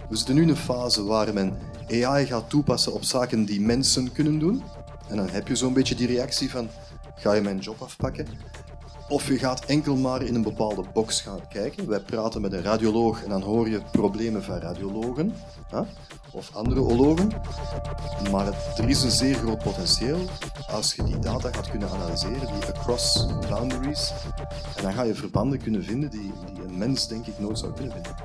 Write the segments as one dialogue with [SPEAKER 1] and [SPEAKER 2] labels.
[SPEAKER 1] We zitten nu in een fase waar men AI gaat toepassen op zaken die mensen kunnen doen. En dan heb je zo'n beetje die reactie van, ga je mijn job afpakken? Of je gaat enkel maar in een bepaalde box gaan kijken. Wij praten met een radioloog en dan hoor je problemen van radiologen, of andere ologen. Maar er is een zeer groot potentieel als je die data gaat kunnen analyseren, die across boundaries. En dan ga je verbanden kunnen vinden die een mens, denk ik, nooit zou kunnen vinden.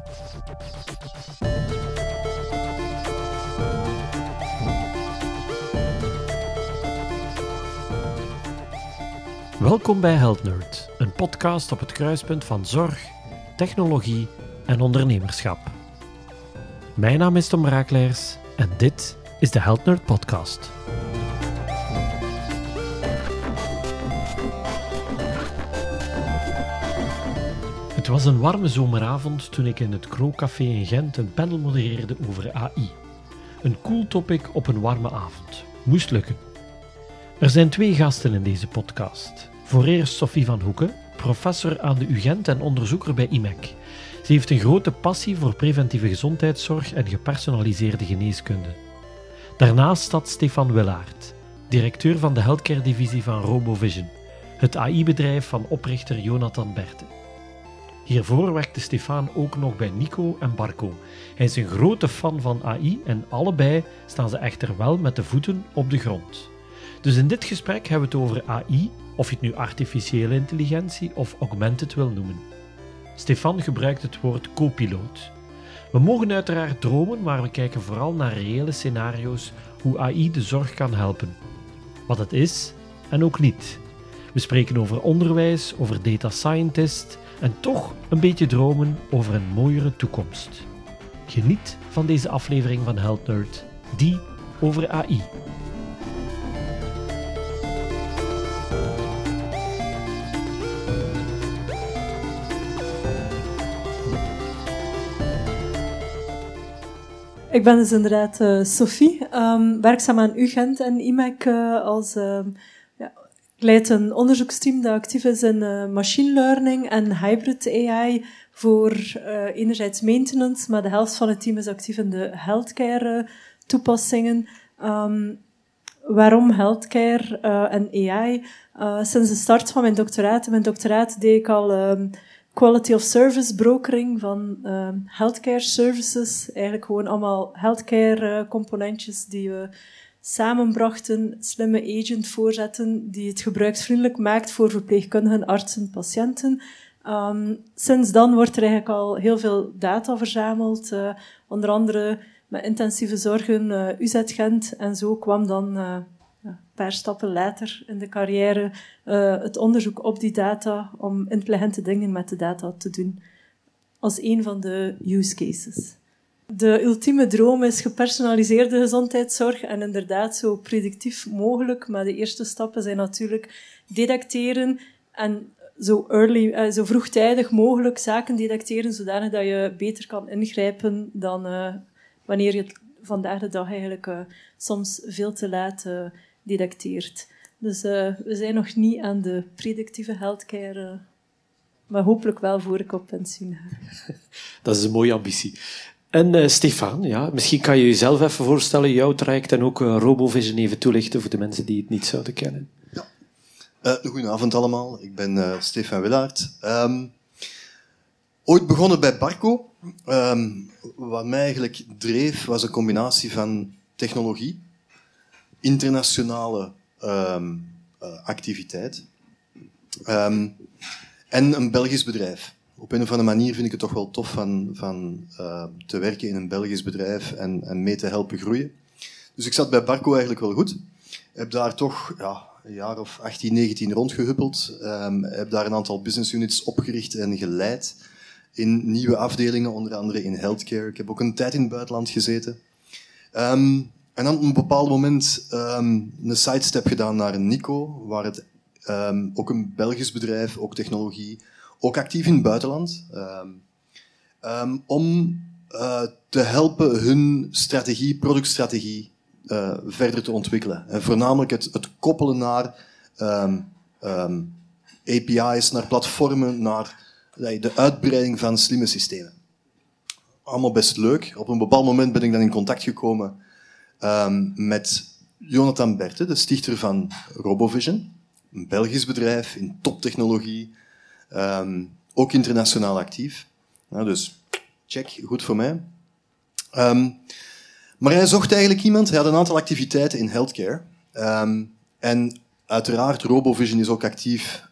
[SPEAKER 2] Welkom bij Health Nerd, een podcast op het kruispunt van zorg, technologie en ondernemerschap. Mijn naam is Tom Braakleers en dit is de Health Nerd podcast. Het was een warme zomeravond toen ik in het Krookcafé in Gent een panel modereerde over AI. Een cool topic op een warme avond. Moest lukken. Er zijn 2 gasten in deze podcast. Vooreerst Sophie van Hoeken, professor aan de UGent en onderzoeker bij IMEC. Ze heeft een grote passie voor preventieve gezondheidszorg en gepersonaliseerde geneeskunde. Daarnaast staat Stefan Willaert, directeur van de healthcare-divisie van RoboVision, het AI-bedrijf van oprichter Jonathan Berthe. Hiervoor werkte Stefan ook nog bij Nico en Barco. Hij is een grote fan van AI en allebei staan ze echter wel met de voeten op de grond. Dus in dit gesprek hebben we het over AI, of je het nu artificiële intelligentie of augmented wil noemen. Stefan gebruikt het woord copiloot. We mogen uiteraard dromen, maar we kijken vooral naar reële scenario's hoe AI de zorg kan helpen. Wat het is en ook niet. We spreken over onderwijs, over data scientist en toch een beetje dromen over een mooiere toekomst. Geniet van deze aflevering van Health Nerd, die over AI.
[SPEAKER 3] Ik ben dus inderdaad Sophie, werkzaam aan UGent en IMEC ik leid een onderzoeksteam dat actief is in machine learning en hybrid AI voor enerzijds maintenance, maar de helft van het team is actief in de healthcare toepassingen. Waarom healthcare en AI? Sinds de start van mijn doctoraat. In mijn doctoraat deed ik al quality of service brokering van healthcare services. Eigenlijk gewoon allemaal healthcare componentjes die we samenbrachten, slimme agent voorzetten die het gebruiksvriendelijk maakt voor verpleegkundigen, artsen, patiënten. Sinds dan wordt er eigenlijk al heel veel data verzameld, onder andere met intensieve zorgen, UZ Gent. En zo kwam dan een paar stappen later in de carrière het onderzoek op die data om intelligente dingen met de data te doen. Als een van de use cases. De ultieme droom is gepersonaliseerde gezondheidszorg en inderdaad zo predictief mogelijk, maar de eerste stappen zijn natuurlijk detecteren en zo vroegtijdig mogelijk zaken detecteren, zodanig dat je beter kan ingrijpen dan wanneer je het vandaag de dag eigenlijk soms veel te laat detecteert. Dus we zijn nog niet aan de predictieve healthcare, maar hopelijk wel voor ik op pensioen ga.
[SPEAKER 2] Dat is een mooie ambitie. En Stefan, ja, misschien kan je jezelf even voorstellen, jouw traject en ook RoboVision even toelichten voor de mensen die het niet zouden kennen.
[SPEAKER 1] Ja. Goedenavond allemaal, ik ben Stefan Willaert. Ooit begonnen bij Barco. Wat mij eigenlijk dreef was een combinatie van technologie, internationale activiteit en een Belgisch bedrijf. Op een of andere manier vind ik het toch wel tof van te werken in een Belgisch bedrijf en mee te helpen groeien. Dus ik zat bij Barco eigenlijk wel goed. Heb daar toch een jaar of 18, 19 rondgehuppeld. Heb daar een aantal business units opgericht en geleid in nieuwe afdelingen, onder andere in healthcare. Ik heb ook een tijd in het buitenland gezeten. En dan op een bepaald moment een sidestep gedaan naar een Nico, waar het ook een Belgisch bedrijf, ook technologie, ook actief in het buitenland, om te helpen hun productstrategie verder te ontwikkelen. En voornamelijk het koppelen naar API's, naar platformen, naar de uitbreiding van slimme systemen. allemaal best leuk. Op een bepaald moment ben ik dan in contact gekomen met Jonathan Berthe, de stichter van RoboVision. Een Belgisch bedrijf in toptechnologie. Ook internationaal actief. Nou, dus check, goed voor mij. Maar hij zocht eigenlijk iemand. Hij had een aantal activiteiten in healthcare. En uiteraard, RoboVision is ook actief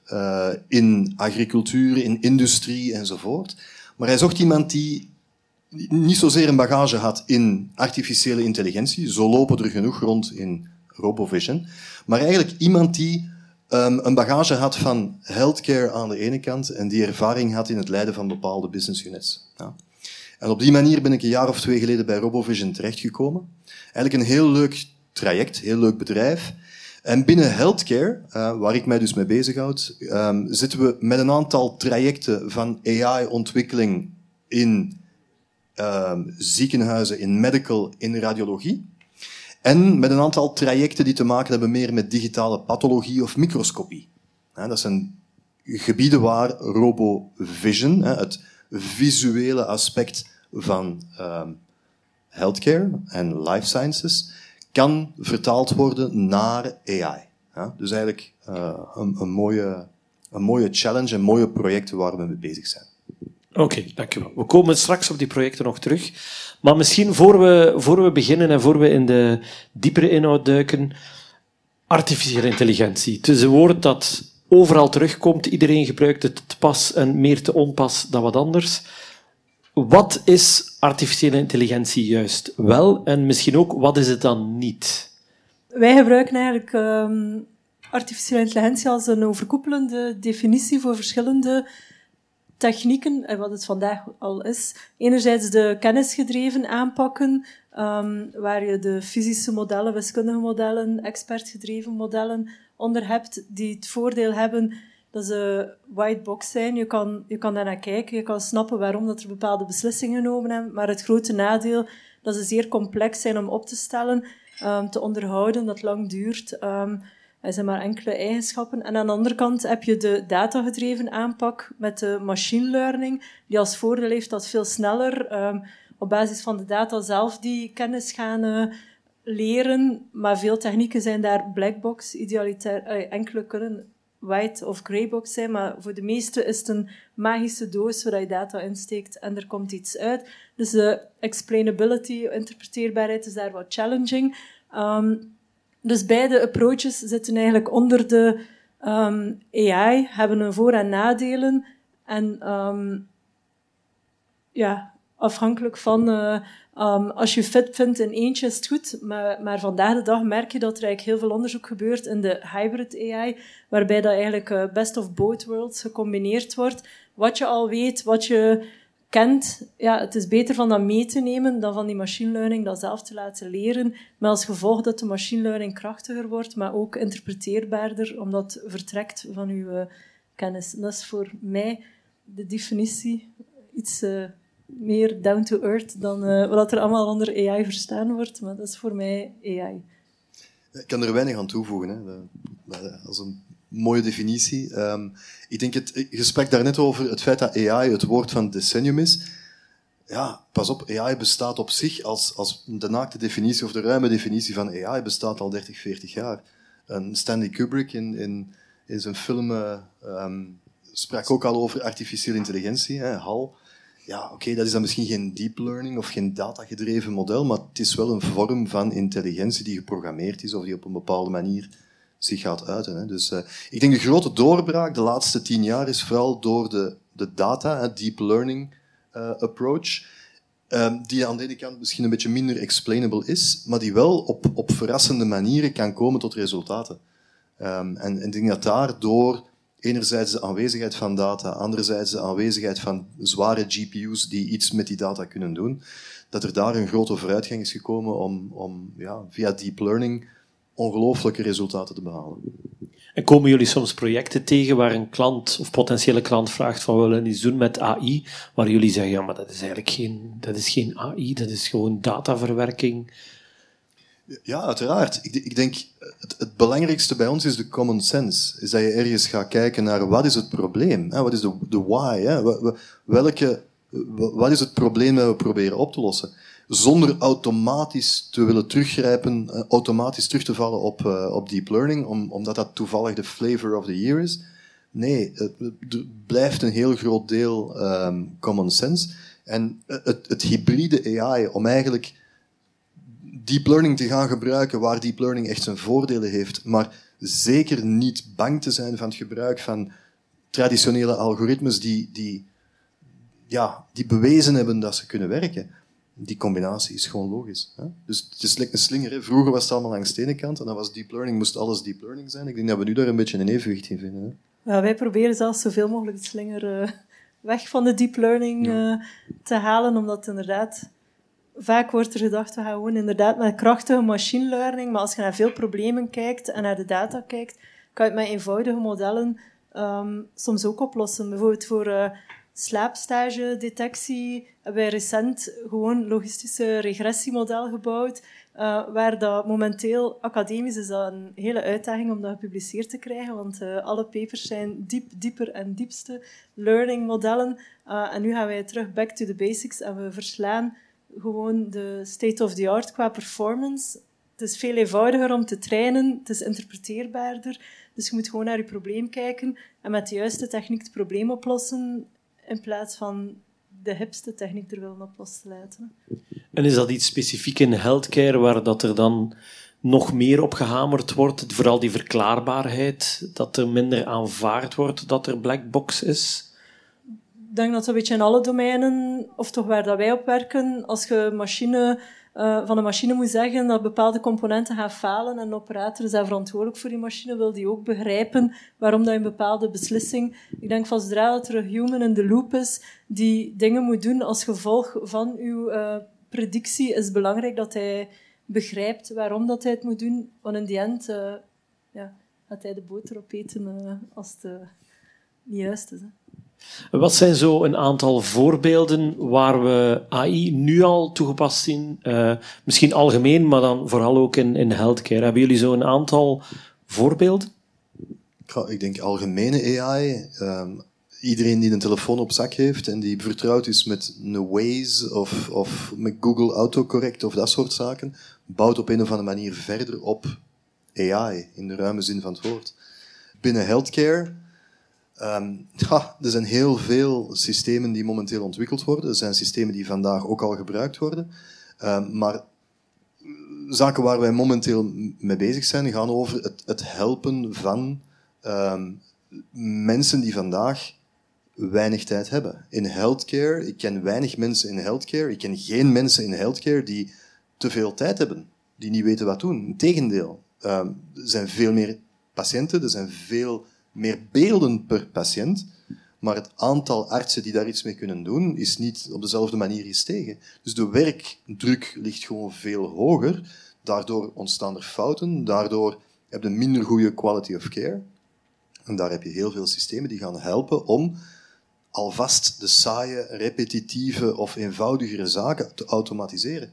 [SPEAKER 1] in agricultuur, in industrie enzovoort. Maar hij zocht iemand die niet zozeer een bagage had in artificiële intelligentie. Zo lopen er genoeg rond in RoboVision. Maar eigenlijk iemand die een bagage had van healthcare aan de ene kant en die ervaring had in het leiden van bepaalde business units. Ja. En op die manier ben ik een jaar of 2 geleden bij RoboVision terechtgekomen. Eigenlijk een heel leuk traject, heel leuk bedrijf. En binnen healthcare, waar ik mij dus mee bezighoud, zitten we met een aantal trajecten van AI-ontwikkeling in ziekenhuizen, in medical, in radiologie. En met een aantal trajecten die te maken hebben meer met digitale pathologie of microscopie. Dat zijn gebieden waar RoboVision, het visuele aspect van healthcare en life sciences, kan vertaald worden naar AI. Dus eigenlijk een mooie challenge, een mooie projecten waar we mee bezig zijn.
[SPEAKER 2] Oké, dankjewel. We komen straks op die projecten nog terug. Maar misschien voor we beginnen en voor we in de diepere inhoud duiken, artificiële intelligentie. Het is een woord dat overal terugkomt. Iedereen gebruikt het te pas en meer te onpas dan wat anders. Wat is artificiële intelligentie juist wel? En misschien ook, wat is het dan niet?
[SPEAKER 3] Wij gebruiken eigenlijk artificiële intelligentie als een overkoepelende definitie voor verschillende technieken, en wat het vandaag al is. Enerzijds de kennisgedreven aanpakken, waar je de fysische modellen, wiskundige modellen, expertgedreven modellen onder hebt, die het voordeel hebben dat ze white box zijn. Je kan daar naar kijken, je kan snappen waarom dat er bepaalde beslissingen genomen hebben, maar het grote nadeel dat ze zeer complex zijn om op te stellen, te onderhouden, dat lang duurt. Er zijn maar enkele eigenschappen. En aan de andere kant heb je de datagedreven aanpak met de machine learning, die als voordeel heeft dat veel sneller op basis van de data zelf die kennis gaan leren. Maar veel technieken zijn daar blackbox. Idealiter, enkele kunnen white of greybox zijn, maar voor de meeste is het een magische doos waar je data insteekt en er komt iets uit. Dus de explainability, interpreteerbaarheid is daar wat challenging. Dus beide approaches zitten eigenlijk onder de AI, hebben een voor- en nadelen. En afhankelijk van, als je fit vindt in eentje is het goed, maar vandaag de dag merk je dat er eigenlijk heel veel onderzoek gebeurt in de hybrid AI, waarbij dat eigenlijk best of both worlds gecombineerd wordt. Wat je al weet, wat je kent, ja, het is beter van dat mee te nemen dan van die machine learning dat zelf te laten leren, met als gevolg dat de machine learning krachtiger wordt, maar ook interpreteerbaarder, omdat het vertrekt van uw kennis. En dat is voor mij de definitie iets meer down to earth dan wat er allemaal onder AI verstaan wordt, maar dat is voor mij AI.
[SPEAKER 1] Ik kan er weinig aan toevoegen. Hè. Als een mooie definitie. Ik denk je sprak daarnet over het feit dat AI het woord van het decennium is. Ja, pas op, AI bestaat op zich als de naakte definitie of de ruime definitie van AI bestaat al 30, 40 jaar. Stanley Kubrick in zijn film sprak ook al over artificiële intelligentie, HAL. Ja, oké, dat is dan misschien geen deep learning of geen datagedreven model, maar het is wel een vorm van intelligentie die geprogrammeerd is of die op een bepaalde manier zich gaat uiten. Hè. Dus ik denk de grote doorbraak de laatste 10 jaar is vooral door de data, deep learning approach, die aan de ene kant misschien een beetje minder explainable is, maar die wel op verrassende manieren kan komen tot resultaten. En ik denk dat daardoor enerzijds de aanwezigheid van data, anderzijds de aanwezigheid van zware GPU's die iets met die data kunnen doen, dat er daar een grote vooruitgang is gekomen om via deep learning ongelooflijke resultaten te behalen.
[SPEAKER 2] En komen jullie soms projecten tegen waar een klant of potentiële klant vraagt van we willen iets doen met AI, waar jullie zeggen, ja, maar dat is eigenlijk geen AI, dat is gewoon dataverwerking?
[SPEAKER 1] Ja, uiteraard. Ik denk, het belangrijkste bij ons is de common sense. Is dat je ergens gaat kijken naar wat is het probleem? Wat is de why? Welke Wat is het probleem dat we proberen op te lossen? Zonder automatisch te willen teruggrijpen, automatisch terug te vallen op deep learning, omdat dat toevallig de flavor of the year is. Nee, er blijft een heel groot deel common sense. En het hybride AI, om eigenlijk deep learning te gaan gebruiken waar deep learning echt zijn voordelen heeft, maar zeker niet bang te zijn van het gebruik van traditionele algoritmes die bewezen hebben dat ze kunnen werken. Die combinatie is gewoon logisch. Hè? Dus het is lekker een slinger. Hè? Vroeger was het allemaal langs de ene kant en dan was deep learning, moest alles deep learning zijn. Ik denk dat we nu daar een beetje een evenwicht in vinden. Hè?
[SPEAKER 3] Ja, wij proberen zelfs zoveel mogelijk de slinger weg van de deep learning te halen, omdat inderdaad vaak wordt er gedacht, we gaan gewoon inderdaad met krachtige machine learning, maar als je naar veel problemen kijkt en naar de data kijkt, kan je het met eenvoudige modellen soms ook oplossen. Bijvoorbeeld voor slaapstage-detectie hebben wij recent gewoon een logistische regressiemodel gebouwd, waar dat momenteel academisch is dat een hele uitdaging om dat gepubliceerd te krijgen, want alle papers zijn dieper en diepste learning modellen. En nu gaan wij terug back to the basics en we verslaan gewoon de state of the art qua performance. Het is veel eenvoudiger om te trainen, het is interpreteerbaarder, dus je moet gewoon naar je probleem kijken en met de juiste techniek het probleem oplossen, in plaats van de hipste techniek er willen oplossen laten.
[SPEAKER 2] En is dat iets specifiek in healthcare waar dat er dan nog meer op gehamerd wordt? Vooral die verklaarbaarheid, dat er minder aanvaard wordt dat er black box is?
[SPEAKER 3] Ik denk dat een beetje in alle domeinen, of toch waar dat wij op werken, als je van een machine moet zeggen dat bepaalde componenten gaan falen en een operator is daar verantwoordelijk voor die machine, wil die ook begrijpen waarom dat een bepaalde beslissing... Ik denk van zodra dat er een human in the loop is die dingen moet doen als gevolg van uw predictie, is het belangrijk dat hij begrijpt waarom dat hij het moet doen, want in die end gaat hij de boter opeten als het niet juist is. Hè.
[SPEAKER 2] Wat zijn zo een aantal voorbeelden waar we AI nu al toegepast zien? Misschien algemeen, maar dan vooral ook in healthcare. Hebben jullie zo een aantal voorbeelden?
[SPEAKER 1] Ik denk algemene AI. Iedereen die een telefoon op zak heeft en die vertrouwd is met een Waze of met Google Autocorrect of dat soort zaken, bouwt op een of andere manier verder op AI, in de ruime zin van het woord. Binnen healthcare... er zijn heel veel systemen die momenteel ontwikkeld worden. Er zijn systemen die vandaag ook al gebruikt worden. Maar zaken waar wij momenteel mee bezig zijn, gaan over het helpen van mensen die vandaag weinig tijd hebben. In healthcare, ik ken weinig mensen in healthcare. Ik ken geen mensen in healthcare die te veel tijd hebben. Die niet weten wat doen. Integendeel. Er zijn veel meer patiënten, er zijn veel meer beelden per patiënt, maar het aantal artsen die daar iets mee kunnen doen, is niet op dezelfde manier gestegen. Dus de werkdruk ligt gewoon veel hoger. Daardoor ontstaan er fouten, daardoor heb je minder goede quality of care. En daar heb je heel veel systemen die gaan helpen om alvast de saaie, repetitieve of eenvoudigere zaken te automatiseren.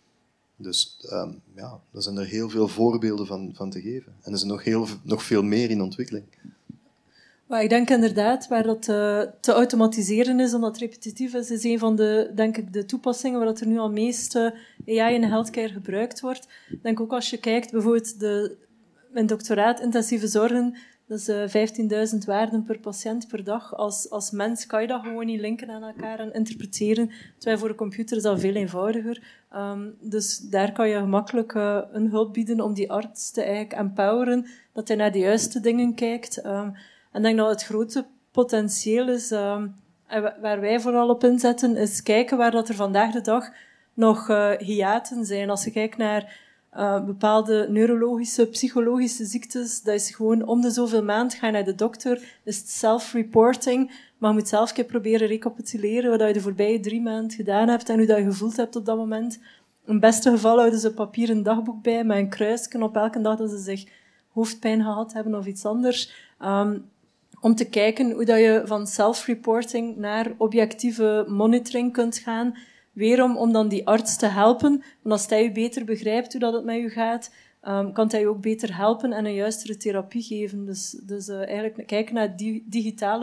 [SPEAKER 1] Dus daar zijn er heel veel voorbeelden van te geven. En er zijn nog veel meer in ontwikkeling.
[SPEAKER 3] Maar ik denk inderdaad, waar dat te automatiseren is, omdat het repetitief is een van de, denk ik, de toepassingen waar dat er nu al meest AI in de healthcare gebruikt wordt. Ik denk ook als je kijkt, bijvoorbeeld mijn doctoraat intensieve zorgen, dat is 15.000 waarden per patiënt per dag. Als mens kan je dat gewoon niet linken aan elkaar en interpreteren. Terwijl voor een computer is dat veel eenvoudiger. Dus daar kan je gemakkelijk een hulp bieden om die arts te eigenlijk empoweren, dat hij naar de juiste dingen kijkt. En ik denk dat het grote potentieel is, waar wij vooral op inzetten, is kijken waar dat er vandaag de dag nog hiaten zijn. Als je kijkt naar bepaalde neurologische, psychologische ziektes, dat is gewoon om de zoveel maand ga je naar de dokter, is het self-reporting, maar je moet zelf een keer proberen recapituleren wat je de voorbije 3 maanden gedaan hebt en hoe dat je gevoeld hebt op dat moment. In het beste geval houden ze een papieren dagboek bij met een kruisje op elke dag dat ze zich hoofdpijn gehad hebben of iets anders. Om te kijken hoe dat je van self-reporting naar objectieve monitoring kunt gaan. Weer om dan die arts te helpen. Want als hij je beter begrijpt hoe dat het met je gaat, kan hij je ook beter helpen en een juistere therapie geven. Dus eigenlijk kijken naar digitale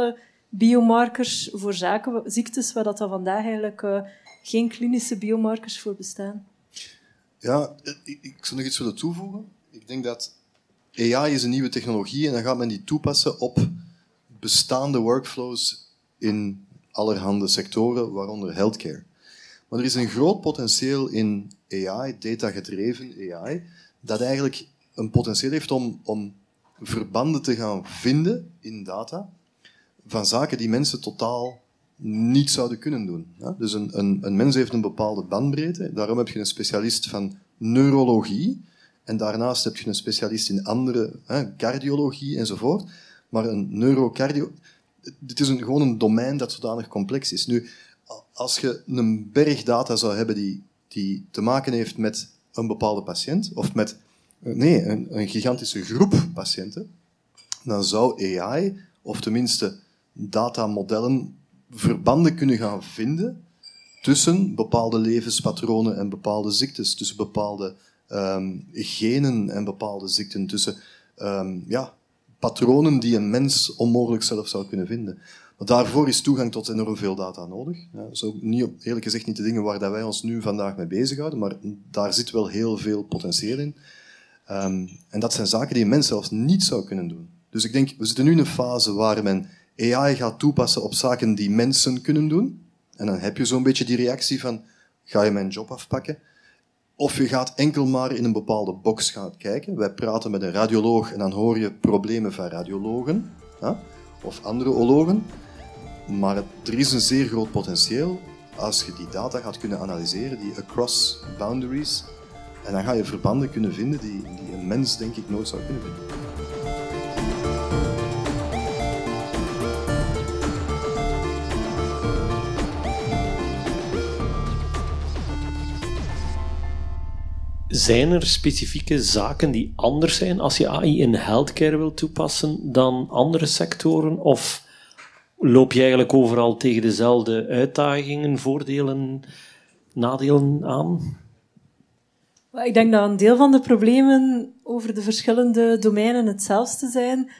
[SPEAKER 3] biomarkers voor ziektes waar dat vandaag eigenlijk geen klinische biomarkers voor bestaan.
[SPEAKER 1] Ja, ik zou nog iets willen toevoegen. Ik denk dat AI is een nieuwe technologie en dan gaat men die toepassen op bestaande workflows in allerhande sectoren, waaronder healthcare. Maar er is een groot potentieel in AI, data-gedreven AI, dat eigenlijk een potentieel heeft om verbanden te gaan vinden in data van zaken die mensen totaal niet zouden kunnen doen. Ja? Dus een mens heeft een bepaalde bandbreedte, daarom heb je een specialist van neurologie en daarnaast heb je een specialist in andere, cardiologie enzovoort. Maar een dit is gewoon een domein dat zodanig complex is. Nu, als je een berg data zou hebben die te maken heeft met een bepaalde patiënt, of met een gigantische groep patiënten, dan zou AI, of tenminste datamodellen, verbanden kunnen gaan vinden tussen bepaalde levenspatronen en bepaalde ziektes, tussen bepaalde genen en bepaalde ziekten, tussen patronen die een mens onmogelijk zelf zou kunnen vinden. Maar daarvoor is toegang tot enorm veel data nodig. Ja, dat is ook eerlijk gezegd niet de dingen waar dat wij ons nu vandaag mee bezighouden, maar daar zit wel heel veel potentieel in. En dat zijn zaken die een mens zelfs niet zou kunnen doen. Dus ik denk, we zitten nu in een fase waar men AI gaat toepassen op zaken die mensen kunnen doen. En dan heb je zo'n beetje die reactie van, ga je mijn job afpakken? Of je gaat enkel maar in een bepaalde box gaan kijken. Wij praten met een radioloog en dan hoor je problemen van radiologen, of andere ologen. Maar er is een zeer groot potentieel als je die data gaat kunnen analyseren, die across boundaries. En dan ga je verbanden kunnen vinden die een mens, denk ik, nooit zou kunnen vinden.
[SPEAKER 2] Zijn er specifieke zaken die anders zijn als je AI in healthcare wil toepassen dan andere sectoren? Of loop je eigenlijk overal tegen dezelfde uitdagingen, voordelen, nadelen aan?
[SPEAKER 3] Ik denk dat een deel van de problemen over de verschillende domeinen hetzelfde zijn.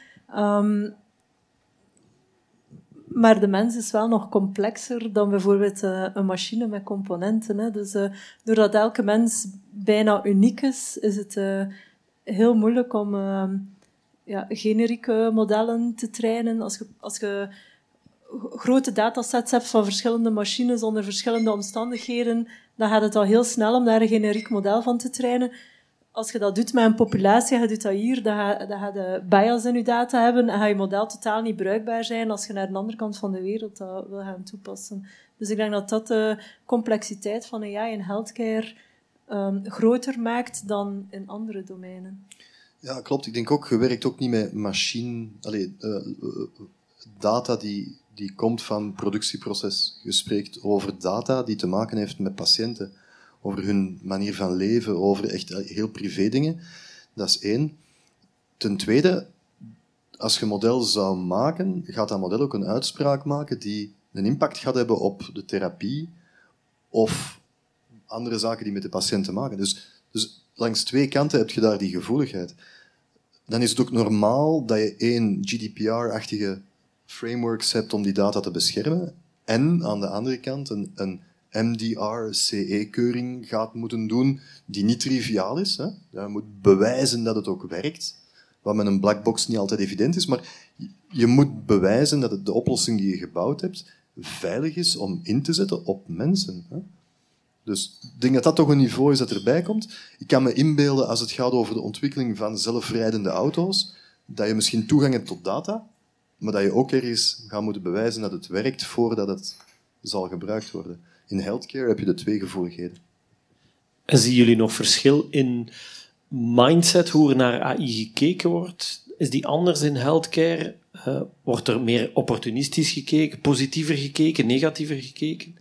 [SPEAKER 3] Maar de mens is wel nog complexer dan bijvoorbeeld een machine met componenten. Hè. Dus doordat elke mens bijna uniek is het heel moeilijk om generieke modellen te trainen. Als je grote datasets hebt van verschillende machines onder verschillende omstandigheden, dan gaat het al heel snel om daar een generiek model van te trainen. Als je dat doet met een populatie, je doet dat hier, dan ga je bias in je data hebben en ga je model totaal niet bruikbaar zijn als je naar de andere kant van de wereld dat wil gaan toepassen. Dus ik denk dat dat de complexiteit van AI in healthcare groter maakt dan in andere domeinen.
[SPEAKER 1] Ja, klopt. Ik denk ook, je werkt ook niet met data die komt van productieproces. Je spreekt over data die te maken heeft met patiënten, over hun manier van leven, over echt heel privé dingen. Dat is één. Ten tweede, als je een model zou maken, gaat dat model ook een uitspraak maken die een impact gaat hebben op de therapie of andere zaken die met de patiënt te maken. Dus langs twee kanten heb je daar die gevoeligheid. Dan is het ook normaal dat je één GDPR-achtige frameworks hebt om die data te beschermen en aan de andere kant een MDR-CE-keuring gaat moeten doen die niet triviaal is. Hè. Je moet bewijzen dat het ook werkt, wat met een blackbox niet altijd evident is, maar je moet bewijzen dat de oplossing die je gebouwd hebt veilig is om in te zetten op mensen. Hè. Dus ik denk dat dat toch een niveau is dat erbij komt. Ik kan me inbeelden, als het gaat over de ontwikkeling van zelfrijdende auto's, dat je misschien toegang hebt tot data, maar dat je ook ergens gaat moeten bewijzen dat het werkt voordat het zal gebruikt worden. In healthcare heb je de twee gevoeligheden.
[SPEAKER 2] En zien jullie nog verschil in mindset, hoe er naar AI gekeken wordt? Is die anders in healthcare? Wordt er meer opportunistisch gekeken, positiever gekeken, negatiever gekeken?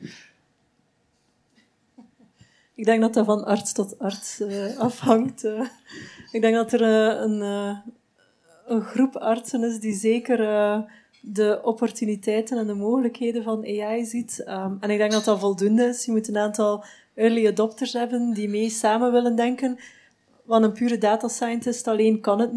[SPEAKER 3] Ik denk dat dat van arts tot arts afhangt. Ik denk dat er een groep artsen is die zeker de opportuniteiten en de mogelijkheden van AI ziet. En ik denk dat dat voldoende is. Je moet een aantal early adopters hebben die mee samen willen denken. Want een pure data scientist alleen kan het niet.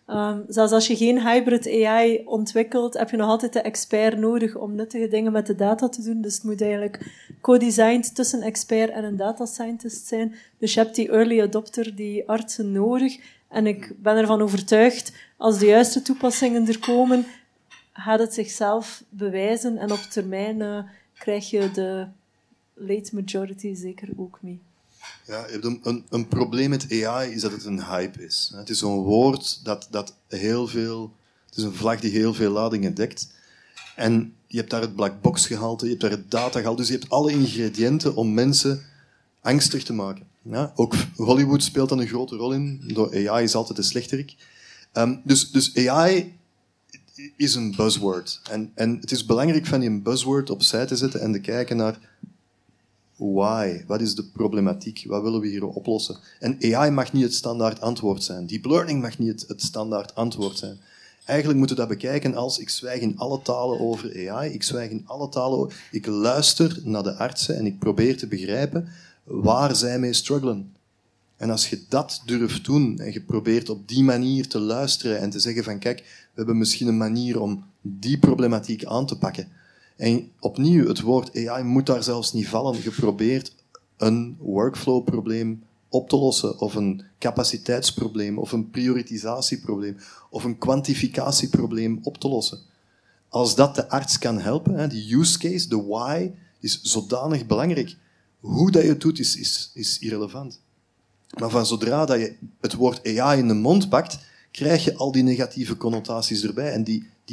[SPEAKER 3] Zelfs als je geen hybrid AI ontwikkelt, heb je nog altijd de expert nodig om nuttige dingen met de data te doen. Dus het moet eigenlijk co-designed tussen een expert en een data scientist zijn. Dus je hebt die early adopter, die artsen nodig. En ik ben ervan overtuigd, als de juiste toepassingen er komen, gaat het zichzelf bewijzen. En op termijn krijg je de late majority zeker ook mee.
[SPEAKER 1] Ja, een probleem met AI is dat het een hype is. Het is zo'n woord dat heel veel... Het is een vlag die heel veel ladingen dekt. En je hebt daar het black box gehalte, je hebt daar het data gehalte, dus je hebt alle ingrediënten om mensen angstig te maken. Ja, ook Hollywood speelt dan een grote rol in. Door AI is altijd de slechterik. Dus AI is een buzzword. En het is belangrijk van die buzzword opzij te zetten en te kijken naar why. Wat is de problematiek? Wat willen we hier oplossen? En AI mag niet het standaard antwoord zijn. Deep learning mag niet het standaard antwoord zijn. Eigenlijk moeten we dat bekijken als ik zwijg in alle talen over AI. Ik zwijg in alle talen. Ik luister naar de artsen en ik probeer te begrijpen waar zij mee struggelen. En als je dat durft doen en je probeert op die manier te luisteren en te zeggen van kijk, we hebben misschien een manier om die problematiek aan te pakken. En opnieuw, het woord AI moet daar zelfs niet vallen. Je probeert een workflow-probleem op te lossen, of een capaciteitsprobleem, of een prioritisatieprobleem, of een kwantificatieprobleem op te lossen. Als dat de arts kan helpen, die use case, de why, is zodanig belangrijk. Hoe dat je het doet, is irrelevant. Maar van zodra dat je het woord AI in de mond pakt, krijg je al die negatieve connotaties erbij. En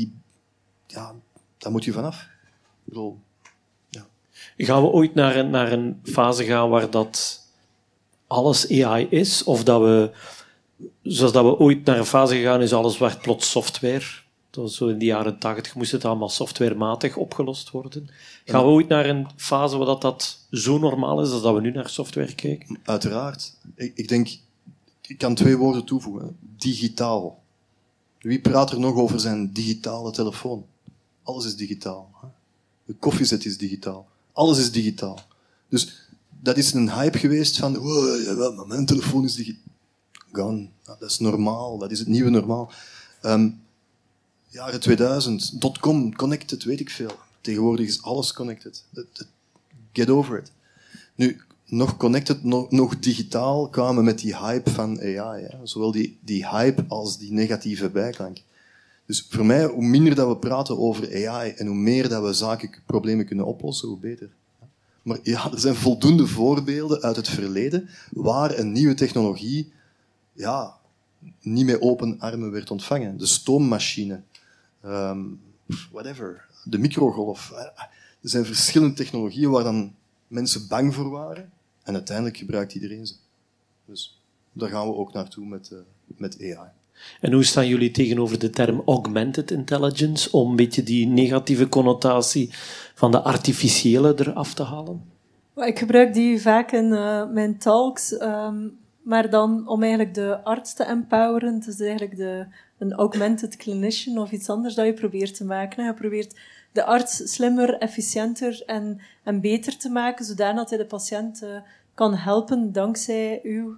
[SPEAKER 1] daar moet je vanaf. Ik bedoel, ja.
[SPEAKER 2] Gaan we ooit naar een fase gaan waar dat alles AI is? Of dat we, zoals dat we ooit naar een fase gegaan is, alles werd plots software. Dat was zo in de jaren 80 moest het allemaal softwarematig opgelost worden. Gaan we ooit naar een fase waar dat zo normaal is als dat we nu naar software kijken?
[SPEAKER 1] Uiteraard. Ik denk, ik kan 2 woorden toevoegen. Digitaal. Wie praat er nog over zijn digitale telefoon? Alles is digitaal. De koffiezet is digitaal. Alles is digitaal. Dus dat is een hype geweest van maar mijn telefoon is digitaal. Gone. Dat is normaal. Dat is het nieuwe normaal. Jaren 2000. .com, connected, weet ik veel. Tegenwoordig is alles connected. Get over it. Nu, nog connected, nog digitaal kwamen met die hype van AI. Hè. Zowel die hype als die negatieve bijklank. Dus voor mij, hoe minder dat we praten over AI en hoe meer dat we problemen kunnen oplossen, hoe beter. Maar ja, er zijn voldoende voorbeelden uit het verleden waar een nieuwe technologie niet met open armen werd ontvangen. De stoommachine, whatever, de microgolf. Er zijn verschillende technologieën waar dan mensen bang voor waren en uiteindelijk gebruikt iedereen ze. Dus daar gaan we ook naartoe met AI.
[SPEAKER 2] En hoe staan jullie tegenover de term augmented intelligence, om een beetje die negatieve connotatie van de artificiële eraf te halen?
[SPEAKER 3] Ik gebruik die vaak in mijn talks, maar dan om eigenlijk de arts te empoweren. Het is eigenlijk een augmented clinician of iets anders dat je probeert te maken. Je probeert de arts slimmer, efficiënter en beter te maken, zodat hij de patiënt kan helpen dankzij uw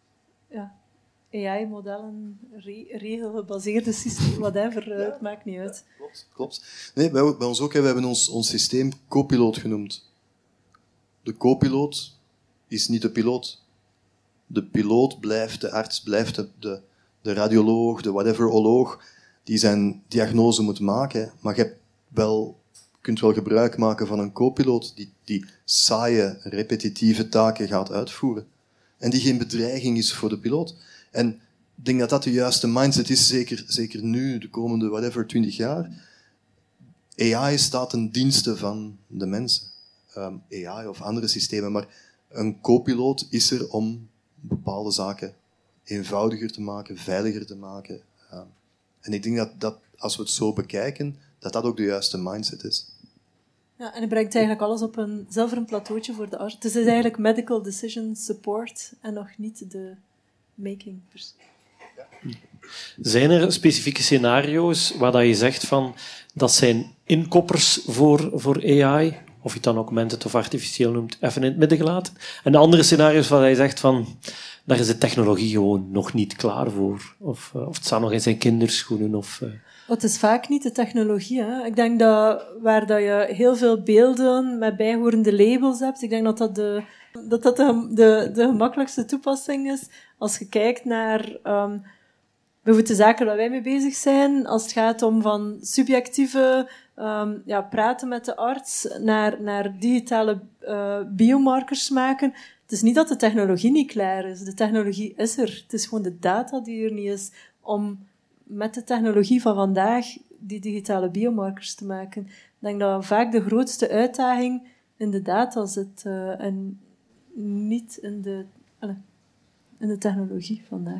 [SPEAKER 3] AI-modellen, regelgebaseerde systeem, whatever, het maakt niet uit.
[SPEAKER 1] Klopt. Nee, bij ons ook. We hebben ons systeem copiloot genoemd. De copiloot is niet de piloot. De piloot blijft de arts, blijft de radioloog, de whatever-oloog, die zijn diagnose moet maken, maar je kunt wel gebruik maken van een copiloot die saaie, repetitieve taken gaat uitvoeren. En die geen bedreiging is voor de piloot. En ik denk dat dat de juiste mindset is, zeker nu, de komende 20 jaar. AI staat ten dienste van de mensen. AI of andere systemen, maar een copiloot is er om bepaalde zaken eenvoudiger te maken, veiliger te maken. En ik denk dat als we het zo bekijken, dat ook de juiste mindset is.
[SPEAKER 3] Ja, en het brengt eigenlijk alles op een zilveren plateautje voor de arts. Het is eigenlijk medical decision support en nog niet de making.
[SPEAKER 2] Zijn er specifieke scenario's waar dat je zegt van dat zijn inkoppers voor AI? of je het dan augmented of artificieel noemt, even in het midden gelaten. En de andere scenario's waar hij zegt van, daar is de technologie gewoon nog niet klaar voor. Of het staat nog in zijn kinderschoenen.
[SPEAKER 3] Het is vaak niet de technologie. Hè? Ik denk dat waar dat je heel veel beelden met bijhorende labels hebt, ik denk dat de gemakkelijkste toepassing is als je kijkt naar bijvoorbeeld de zaken waar wij mee bezig zijn, als het gaat om van subjectieve praten met de arts naar digitale biomarkers maken. Het is niet dat de technologie niet klaar is. De technologie is er. Het is gewoon de data die er niet is om met de technologie van vandaag die digitale biomarkers te maken. Ik denk dat vaak de grootste uitdaging in de data zit en niet in de technologie vandaag.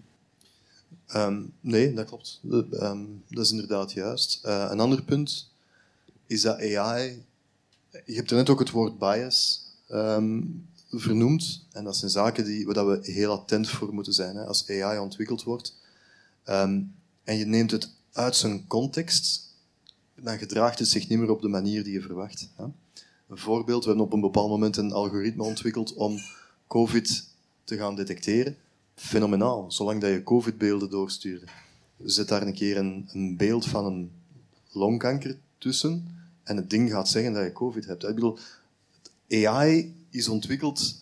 [SPEAKER 1] Nee, dat klopt. Dat is inderdaad juist. Een ander punt is dat AI... Je hebt er net ook het woord bias vernoemd. En dat zijn zaken waar we heel attent voor moeten zijn. Hè. Als AI ontwikkeld wordt en je neemt het uit zijn context, dan gedraagt het zich niet meer op de manier die je verwacht. Hè. Een voorbeeld, we hebben op een bepaald moment een algoritme ontwikkeld om COVID te gaan detecteren. Fenomenaal, zolang dat je COVID-beelden doorstuurde. Zet daar een keer een beeld van een longkanker tussen en het ding gaat zeggen dat je COVID hebt. Ik bedoel, AI is ontwikkeld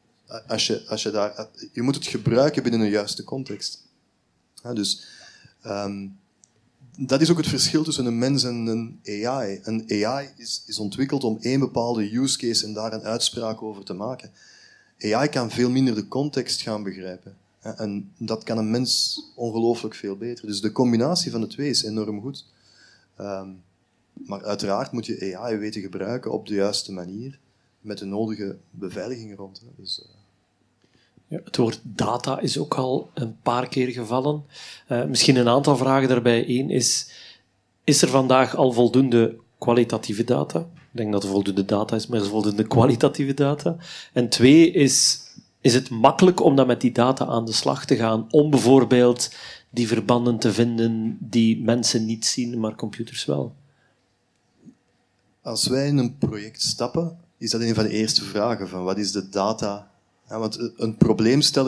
[SPEAKER 1] je moet het gebruiken binnen een juiste context. Ja, dus dat is ook het verschil tussen een mens en een AI. Een AI is ontwikkeld om één bepaalde use case en daar een uitspraak over te maken. AI kan veel minder de context gaan begrijpen. En dat kan een mens ongelooflijk veel beter. Dus de combinatie van de twee is enorm goed. Maar uiteraard moet je AI weten gebruiken op de juiste manier, met de nodige beveiliging rond. Dus,
[SPEAKER 2] ja, het woord data is ook al een paar keer gevallen. Misschien een aantal vragen daarbij. Eén is er vandaag al voldoende kwalitatieve data? Ik denk dat er voldoende data is, maar er is voldoende kwalitatieve data. En twee is het makkelijk om dan met die data aan de slag te gaan, om bijvoorbeeld die verbanden te vinden die mensen niet zien, maar computers wel?
[SPEAKER 1] Als wij in een project stappen, is dat een van de eerste vragen, van wat is de data? Ja, want een probleem stellen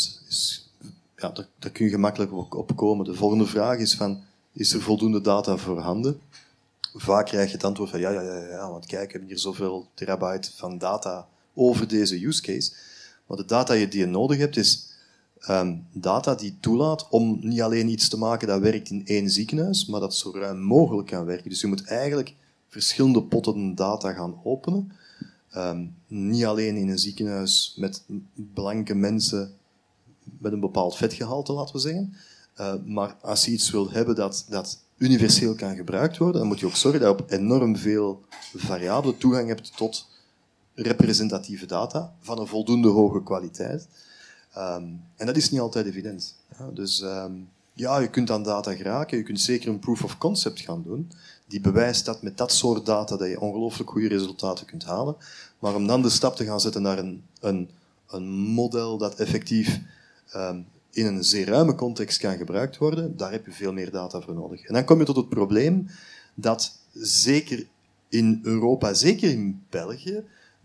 [SPEAKER 1] daar kun je gemakkelijk op komen. De volgende vraag is van, is er voldoende data voorhanden? Vaak krijg je het antwoord van ja, want kijk, we hebben hier zoveel terabyte van data over deze use case. Maar de data die je nodig hebt, is data die toelaat om niet alleen iets te maken dat werkt in één ziekenhuis, maar dat zo ruim mogelijk kan werken. Dus je moet eigenlijk verschillende potten data gaan openen. Niet alleen in een ziekenhuis met blanke mensen met een bepaald vetgehalte, laten we zeggen. Maar als je iets wil hebben dat universeel kan gebruikt worden, dan moet je ook zorgen dat je op enorm veel variabelen toegang hebt tot representatieve data van een voldoende hoge kwaliteit. En dat is niet altijd evident. Ja, dus je kunt aan data geraken, je kunt zeker een proof of concept gaan doen, die bewijst dat met dat soort data dat je ongelooflijk goede resultaten kunt halen. Maar om dan de stap te gaan zetten naar een model dat effectief in een zeer ruime context kan gebruikt worden, daar heb je veel meer data voor nodig. En dan kom je tot het probleem dat zeker in Europa, zeker in België,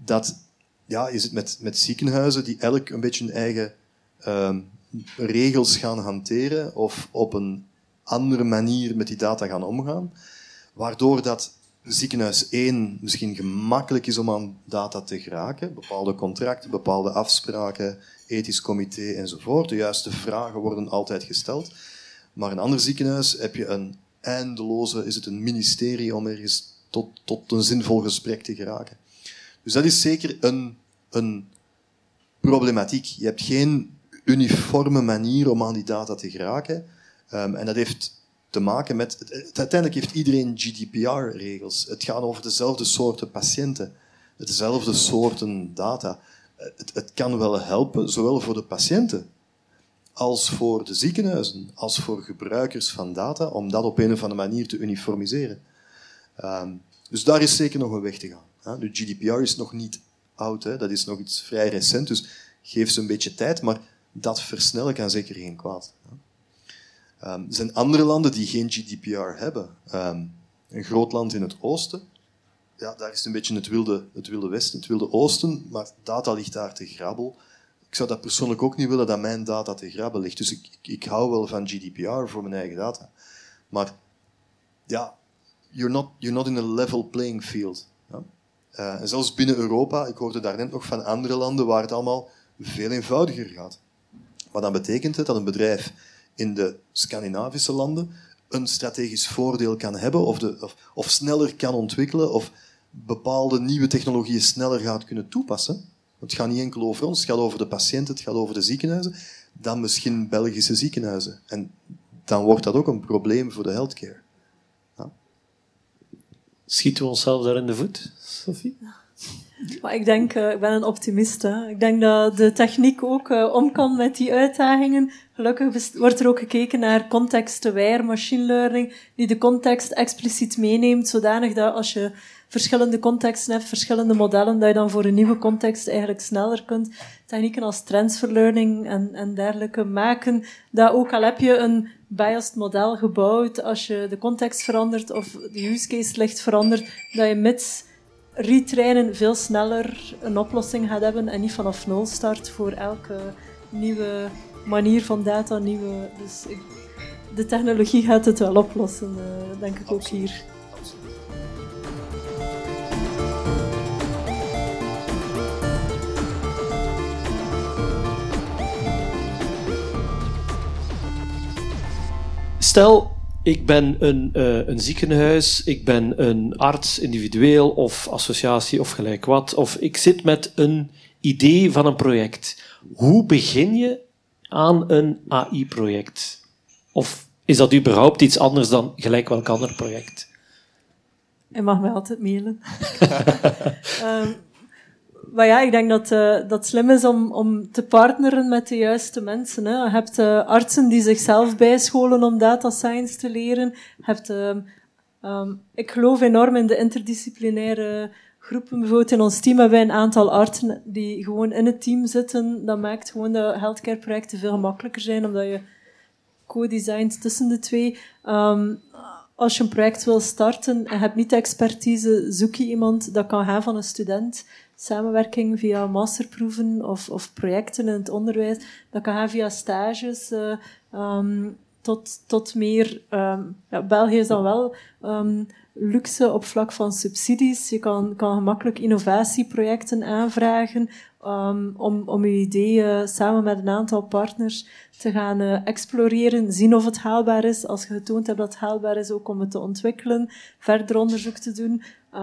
[SPEAKER 1] je zit met ziekenhuizen die elk een beetje hun eigen regels gaan hanteren of op een andere manier met die data gaan omgaan, waardoor dat ziekenhuis 1 misschien gemakkelijk is om aan data te geraken, bepaalde contracten, bepaalde afspraken, ethisch comité enzovoort. De juiste vragen worden altijd gesteld. Maar in een ander ziekenhuis heb je een eindeloze, is het een ministerie om ergens tot een zinvol gesprek te geraken. Dus dat is zeker een problematiek. Je hebt geen uniforme manier om aan die data te geraken. En dat heeft te maken met... Uiteindelijk heeft iedereen GDPR-regels. Het gaat over dezelfde soorten patiënten, dezelfde soorten data. Het kan wel helpen, zowel voor de patiënten als voor de ziekenhuizen, als voor gebruikers van data, om dat op een of andere manier te uniformiseren. Dus daar is zeker nog een weg te gaan. De GDPR is nog niet oud, hè? Dat is nog iets vrij recent, dus geef ze een beetje tijd, maar dat versnellen kan zeker geen kwaad. Er zijn andere landen die geen GDPR hebben. Een groot land in het oosten, ja, daar is het een beetje het wilde Westen, het wilde Oosten, maar data ligt daar te grabbel. Ik zou dat persoonlijk ook niet willen, dat mijn data te grabbel ligt. Dus ik hou wel van GDPR voor mijn eigen data. Maar ja, you're not in a level playing field. Ja? En zelfs binnen Europa, ik hoorde daarnet nog van andere landen waar het allemaal veel eenvoudiger gaat. Maar dan betekent het dat een bedrijf in de Scandinavische landen een strategisch voordeel kan hebben of sneller kan ontwikkelen of bepaalde nieuwe technologieën sneller gaat kunnen toepassen. Het gaat niet enkel over ons, het gaat over de patiënten, het gaat over de ziekenhuizen, dan misschien Belgische ziekenhuizen. En dan wordt dat ook een probleem voor de healthcare. Ja.
[SPEAKER 2] Schieten we onszelf daar in de voet, Sophie?
[SPEAKER 3] Maar ik denk, ik ben een optimist. Hè. Ik denk dat de techniek ook om kan met die uitdagingen. Gelukkig wordt er ook gekeken naar context-aware machine learning, die de context expliciet meeneemt, zodanig dat als je verschillende contexten hebt, verschillende modellen, dat je dan voor een nieuwe context eigenlijk sneller kunt technieken als transfer learning en dergelijke maken. Dat ook al heb je een biased model gebouwd, als je de context verandert of de use case licht verandert, dat je met retrainen veel sneller een oplossing gaat hebben en niet vanaf nul start voor elke nieuwe manier van data. Dus de technologie gaat het wel oplossen, denk ik ook hier.
[SPEAKER 2] Stel, ik ben een ziekenhuis, ik ben een arts individueel of associatie of gelijk wat, of ik zit met een idee van een project. Hoe begin je aan een AI-project? Of is dat überhaupt iets anders dan gelijk welk ander project?
[SPEAKER 3] Je mag mij altijd mailen. Maar ja, ik denk dat het slim is om te partneren met de juiste mensen. Hè. Je hebt artsen die zichzelf bijscholen om data science te leren. Ik geloof enorm in de interdisciplinaire groepen. Bijvoorbeeld in ons team hebben wij een aantal artsen die gewoon in het team zitten. Dat maakt gewoon dat healthcare-projecten veel gemakkelijker zijn, omdat je co-designt tussen de twee. Als je een project wil starten en je hebt niet de expertise, zoek je iemand dat kan gaan van een student. Samenwerking via masterproeven of projecten in het onderwijs. Dat kan gaan via stages tot meer... België is dan wel luxe op vlak van subsidies. Je kan gemakkelijk innovatieprojecten aanvragen om je ideeën samen met een aantal partners te gaan exploreren, zien of het haalbaar is. Als je getoond hebt dat het haalbaar is, ook om het te ontwikkelen, verder onderzoek te doen.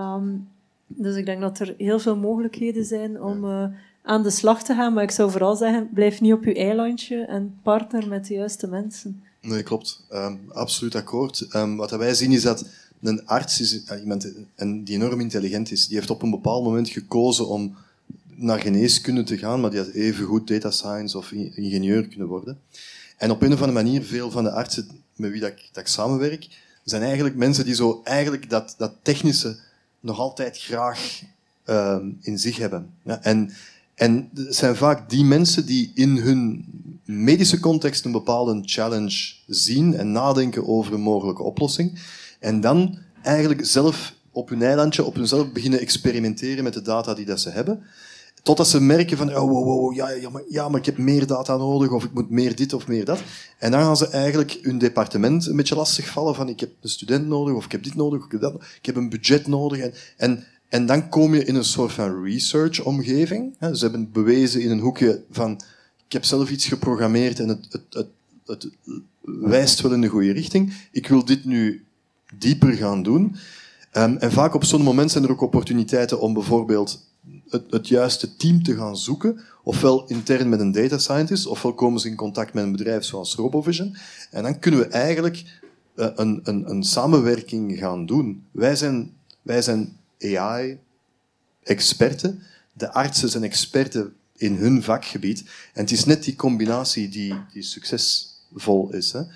[SPEAKER 3] Dus ik denk dat er heel veel mogelijkheden zijn om aan de slag te gaan. Maar ik zou vooral zeggen, blijf niet op je eilandje en partner met de juiste mensen.
[SPEAKER 1] Nee, klopt. Absoluut akkoord. Wat wij zien is dat een arts is iemand die enorm intelligent is. Die heeft op een bepaald moment gekozen om naar geneeskunde te gaan, maar die had evengoed data science of ingenieur kunnen worden. En op een of andere manier, veel van de artsen met wie dat ik samenwerk, zijn eigenlijk mensen die zo eigenlijk dat technische nog altijd graag in zich hebben. Ja, en het zijn vaak die mensen die in hun medische context een bepaalde challenge zien en nadenken over een mogelijke oplossing. En dan eigenlijk zelf op hun eilandje, op hunzelf beginnen experimenteren met de data die dat ze hebben. Totdat ze merken van, maar ik heb meer data nodig, of ik moet meer dit of meer dat. En dan gaan ze eigenlijk hun departement een beetje lastigvallen van, ik heb een student nodig, of ik heb dit nodig, of ik heb dat nodig, ik heb een budget nodig. En dan kom je in een soort van research-omgeving. Ze hebben bewezen in een hoekje van, ik heb zelf iets geprogrammeerd en het wijst wel in de goede richting. Ik wil dit nu dieper gaan doen. En vaak op zo'n moment zijn er ook opportuniteiten om bijvoorbeeld het juiste team te gaan zoeken, ofwel intern met een data scientist, ofwel komen ze in contact met een bedrijf zoals RoboVision. En dan kunnen we eigenlijk een samenwerking gaan doen. Wij zijn AI-experten, de artsen zijn experten in hun vakgebied, en het is net die combinatie die succesvol is. Hè.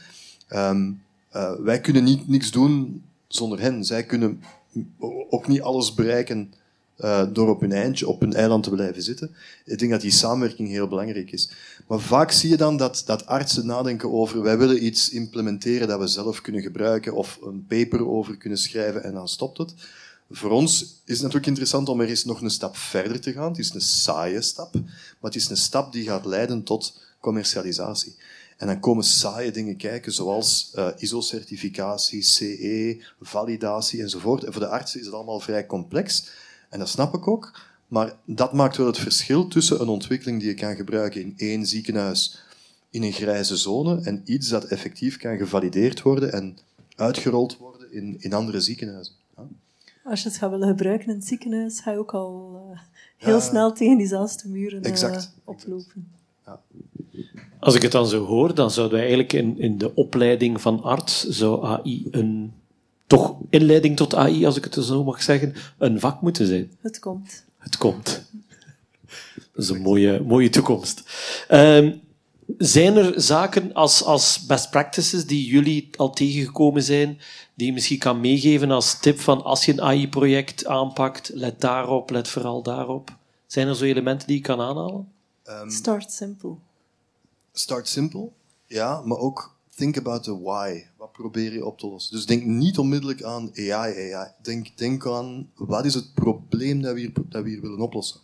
[SPEAKER 1] Wij kunnen niks doen zonder hen. Zij kunnen ook niet alles bereiken door op een eiland te blijven zitten. Ik denk dat die samenwerking heel belangrijk is. Maar vaak zie je dan dat artsen nadenken over, wij willen iets implementeren dat we zelf kunnen gebruiken, of een paper over kunnen schrijven, en dan stopt het. Voor ons is het natuurlijk interessant om er eens nog een stap verder te gaan. Het is een saaie stap, maar het is een stap die gaat leiden tot commercialisatie. En dan komen saaie dingen kijken, zoals ISO-certificatie, CE, validatie enzovoort. En voor de artsen is het allemaal vrij complex. En dat snap ik ook. Maar dat maakt wel het verschil tussen een ontwikkeling die je kan gebruiken in 1 ziekenhuis in een grijze zone en iets dat effectief kan gevalideerd worden en uitgerold worden in andere ziekenhuizen. Ja.
[SPEAKER 3] Als je het gaat willen gebruiken in het ziekenhuis, ga je ook al heel snel tegen diezelfde muren oplopen.
[SPEAKER 1] Ja.
[SPEAKER 2] Als ik het dan zo hoor, dan zouden wij eigenlijk in de opleiding van arts, zou AI toch inleiding tot AI, als ik het zo mag zeggen, een vak moeten zijn.
[SPEAKER 3] Het komt.
[SPEAKER 2] Het komt. Dat is een mooie toekomst. Zijn er zaken als best practices die jullie al tegengekomen zijn, die je misschien kan meegeven als tip van als je een AI-project aanpakt, let vooral daarop. Zijn er zo elementen die je kan aanhalen?
[SPEAKER 3] Start simple.
[SPEAKER 1] Start simple, ja, maar ook think about the why. Wat probeer je op te lossen? Dus denk niet onmiddellijk aan AI. Denk aan, wat is het probleem dat we hier willen oplossen?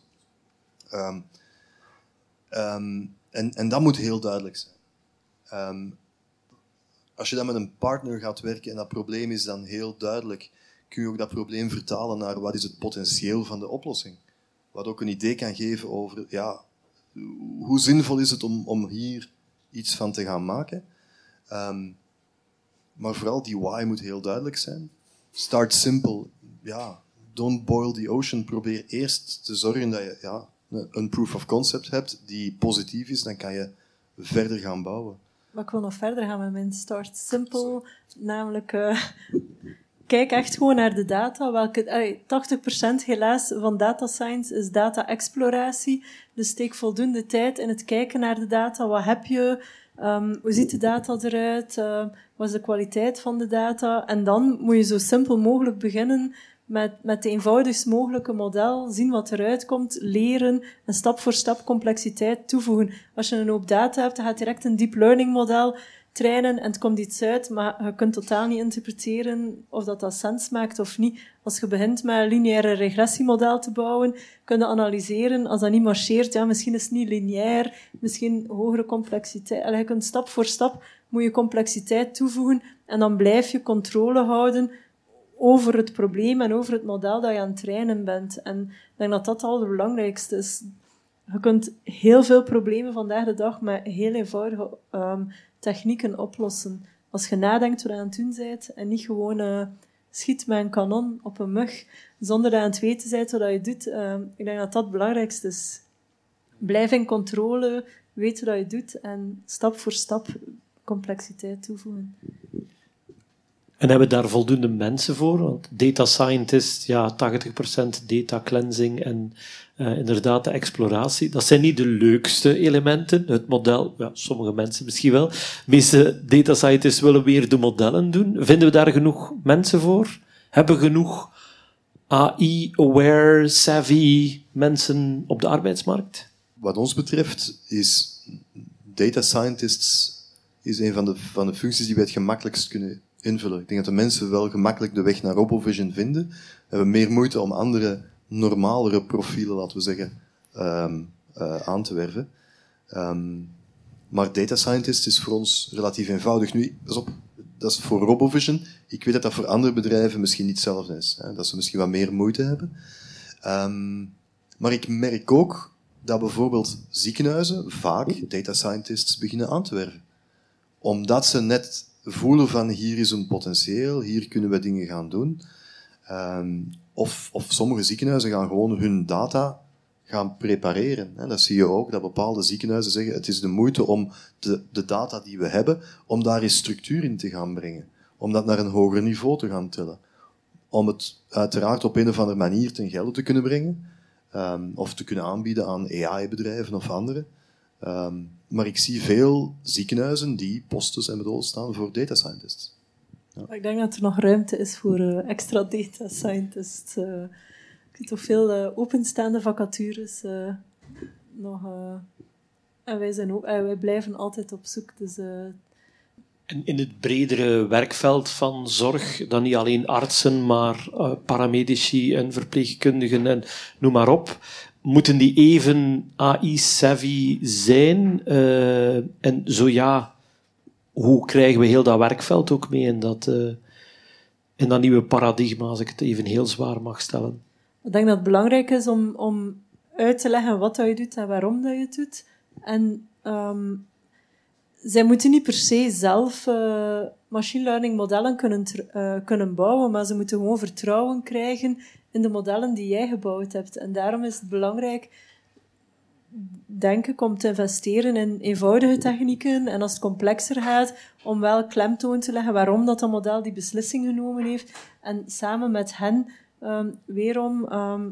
[SPEAKER 1] En dat moet heel duidelijk zijn. Als je dan met een partner gaat werken en dat probleem is dan heel duidelijk, kun je ook dat probleem vertalen naar wat is het potentieel van de oplossing. Wat ook een idee kan geven over hoe zinvol is het om hier iets van te gaan maken. Maar vooral die why moet heel duidelijk zijn. Start simple. Don't boil the ocean. Probeer eerst te zorgen dat je een proof of concept hebt die positief is. Dan kan je verder gaan bouwen.
[SPEAKER 3] Maar ik wil nog verder gaan met mijn start simple. Namelijk, kijk echt gewoon naar de data. 80% helaas van data science is data exploratie. Dus steek voldoende tijd in het kijken naar de data. Wat heb je? Hoe ziet de data eruit? Wat is de kwaliteit van de data? En dan moet je zo simpel mogelijk beginnen met de eenvoudigst mogelijke model, zien wat eruit komt, leren en stap voor stap complexiteit toevoegen. Als je een hoop data hebt, dan gaat direct een deep learning model trainen en het komt iets uit, maar je kunt totaal niet interpreteren of dat sens maakt of niet. Als je begint met een lineaire regressiemodel te bouwen, kun je analyseren. Als dat niet marcheert, misschien is het niet lineair, misschien hogere complexiteit. Je kunt stap voor stap moet je complexiteit toevoegen en dan blijf je controle houden over het probleem en over het model dat je aan het trainen bent. En ik denk dat dat al het belangrijkste is. Je kunt heel veel problemen vandaag de dag met heel eenvoudige technieken oplossen. Als je nadenkt wat je aan het doen bent en niet gewoon schiet met een kanon op een mug, zonder dat je aan het weten bent wat je doet. Ik denk dat dat het belangrijkste is. Blijf in controle, weet wat je doet en stap voor stap complexiteit toevoegen.
[SPEAKER 2] En hebben we daar voldoende mensen voor? Want data scientist, 80% data cleansing en inderdaad de exploratie. Dat zijn niet de leukste elementen. Het model, sommige mensen misschien wel. De meeste data scientists willen weer de modellen doen. Vinden we daar genoeg mensen voor? Hebben we genoeg AI-aware, savvy mensen op de arbeidsmarkt?
[SPEAKER 1] Wat ons betreft is data scientists een van de functies die wij het gemakkelijkst kunnen invullen. Ik denk dat de mensen wel gemakkelijk de weg naar RoboVision vinden. We hebben meer moeite om andere, normalere profielen, laten we zeggen, aan te werven. Maar data scientist is voor ons relatief eenvoudig. Nu, pas op, dat is voor RoboVision. Ik weet dat dat voor andere bedrijven misschien niet hetzelfde is. Hè, dat ze misschien wat meer moeite hebben. Maar ik merk ook dat bijvoorbeeld ziekenhuizen vaak data scientists beginnen aan te werven. Omdat ze net voelen van hier is een potentieel, hier kunnen we dingen gaan doen. Of sommige ziekenhuizen gaan gewoon hun data gaan prepareren. Dat zie je ook, dat bepaalde ziekenhuizen zeggen het is de moeite om de data die we hebben, om daar eens structuur in te gaan brengen. Om dat naar een hoger niveau te gaan tillen. Om het uiteraard op een of andere manier ten gelde te kunnen brengen. Of te kunnen aanbieden aan AI-bedrijven of anderen. Maar ik zie veel ziekenhuizen die posten en bedoeld staan voor data scientists. Ja.
[SPEAKER 3] Ik denk dat er nog ruimte is voor extra data scientists. Ik zie toch veel openstaande vacatures nog. En wij blijven altijd op zoek. Dus,
[SPEAKER 2] En in het bredere werkveld van zorg, dan niet alleen artsen, maar paramedici en verpleegkundigen en noem maar op, moeten die even AI-savvy zijn? En zo ja, hoe krijgen we heel dat werkveld ook mee in dat nieuwe paradigma, als ik het even heel zwaar mag stellen?
[SPEAKER 3] Ik denk dat het belangrijk is om uit te leggen wat dat je doet en waarom dat je het doet. En zij moeten niet per se zelf machine learning modellen kunnen bouwen, maar ze moeten gewoon vertrouwen krijgen in de modellen die jij gebouwd hebt. En daarom is het belangrijk, denk ik, om te investeren in eenvoudige technieken en als het complexer gaat, om wel klemtoon te leggen waarom dat model die beslissing genomen heeft. En samen met hen weerom...